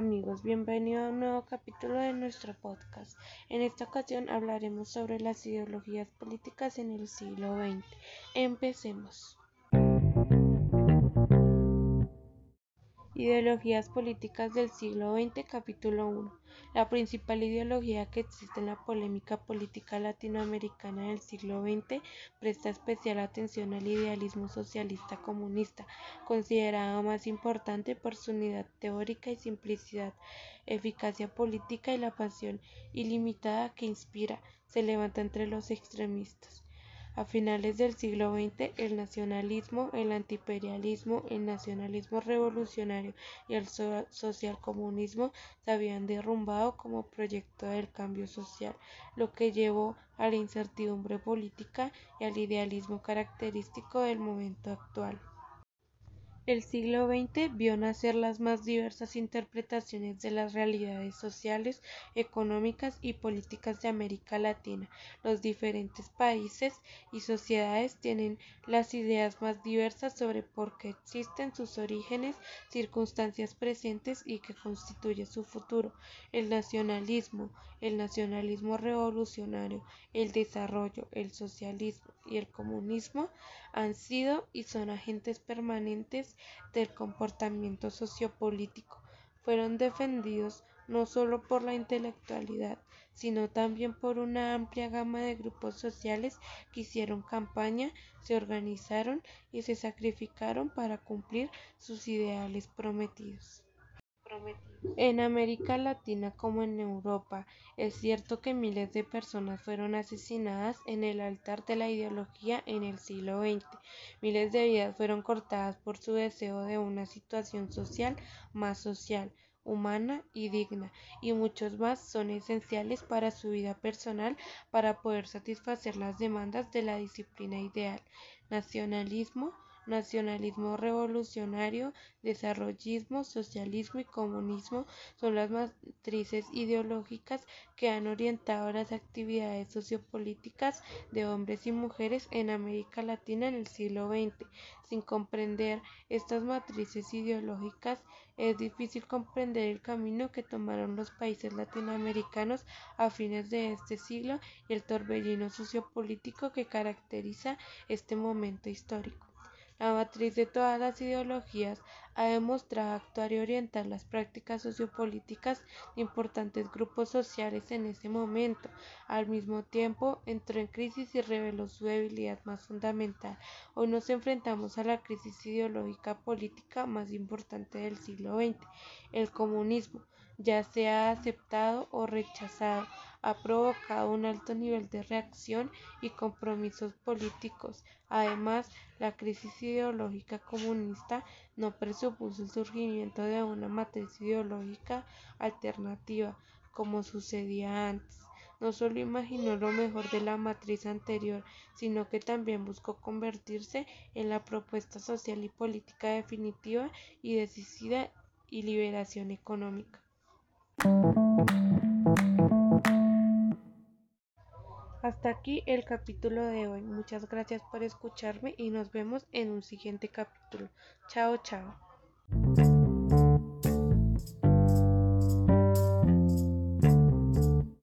amigos, bienvenido a un nuevo capítulo de nuestro podcast. En esta ocasión hablaremos sobre las ideologías políticas en el siglo XX. Empecemos. Ideologías políticas del siglo XX, capítulo 1. La principal ideología que existe en la polémica política latinoamericana del siglo XX presta especial atención al idealismo socialista comunista, considerado más importante por su unidad teórica y simplicidad, eficacia política y la pasión ilimitada que inspira, se levanta entre los extremistas. A finales del siglo XX, el nacionalismo, el antiimperialismo, el nacionalismo revolucionario y el socialcomunismo se habían derrumbado como proyecto del cambio social, lo que llevó a la incertidumbre política y al idealismo característico del momento actual. El siglo XX vio nacer las más diversas interpretaciones de las realidades sociales, económicas y políticas de América Latina. Los diferentes países y sociedades tienen las ideas más diversas sobre por qué existen, sus orígenes, circunstancias presentes y qué constituye su futuro. El nacionalismo revolucionario, el desarrollo, el socialismo y el comunismo han sido y son agentes permanentes del comportamiento sociopolítico. Fueron defendidos no solo por la intelectualidad, sino también por una amplia gama de grupos sociales que hicieron campaña, se organizaron y se sacrificaron para cumplir sus ideales prometidos. En América Latina como en Europa, es cierto que miles de personas fueron asesinadas en el altar de la ideología en el siglo XX. Miles de vidas fueron cortadas por su deseo de una situación social más social, humana y digna, y muchos más son esenciales para su vida personal para poder satisfacer las demandas de la disciplina ideal. Nacionalismo revolucionario, desarrollismo, socialismo y comunismo son las matrices ideológicas que han orientado las actividades sociopolíticas de hombres y mujeres en América Latina en el siglo XX. Sin comprender estas matrices ideológicas, es difícil comprender el camino que tomaron los países latinoamericanos a fines de este siglo y el torbellino sociopolítico que caracteriza este momento histórico. La matriz de todas las ideologías ha demostrado actuar y orientar las prácticas sociopolíticas de importantes grupos sociales en ese momento. Al mismo tiempo, entró en crisis y reveló su debilidad más fundamental. Hoy nos enfrentamos a la crisis ideológica política más importante del siglo XX, el comunismo. Ya sea aceptado o rechazado, ha provocado un alto nivel de reacción y compromisos políticos. Además, la crisis ideológica comunista no presupuso el surgimiento de una matriz ideológica alternativa, como sucedía antes. No solo imaginó lo mejor de la matriz anterior, sino que también buscó convertirse en la propuesta social y política definitiva y decisiva y liberación económica. Hasta aquí el capítulo de hoy. Muchas gracias por escucharme y nos vemos en un siguiente capítulo. Chao, chao.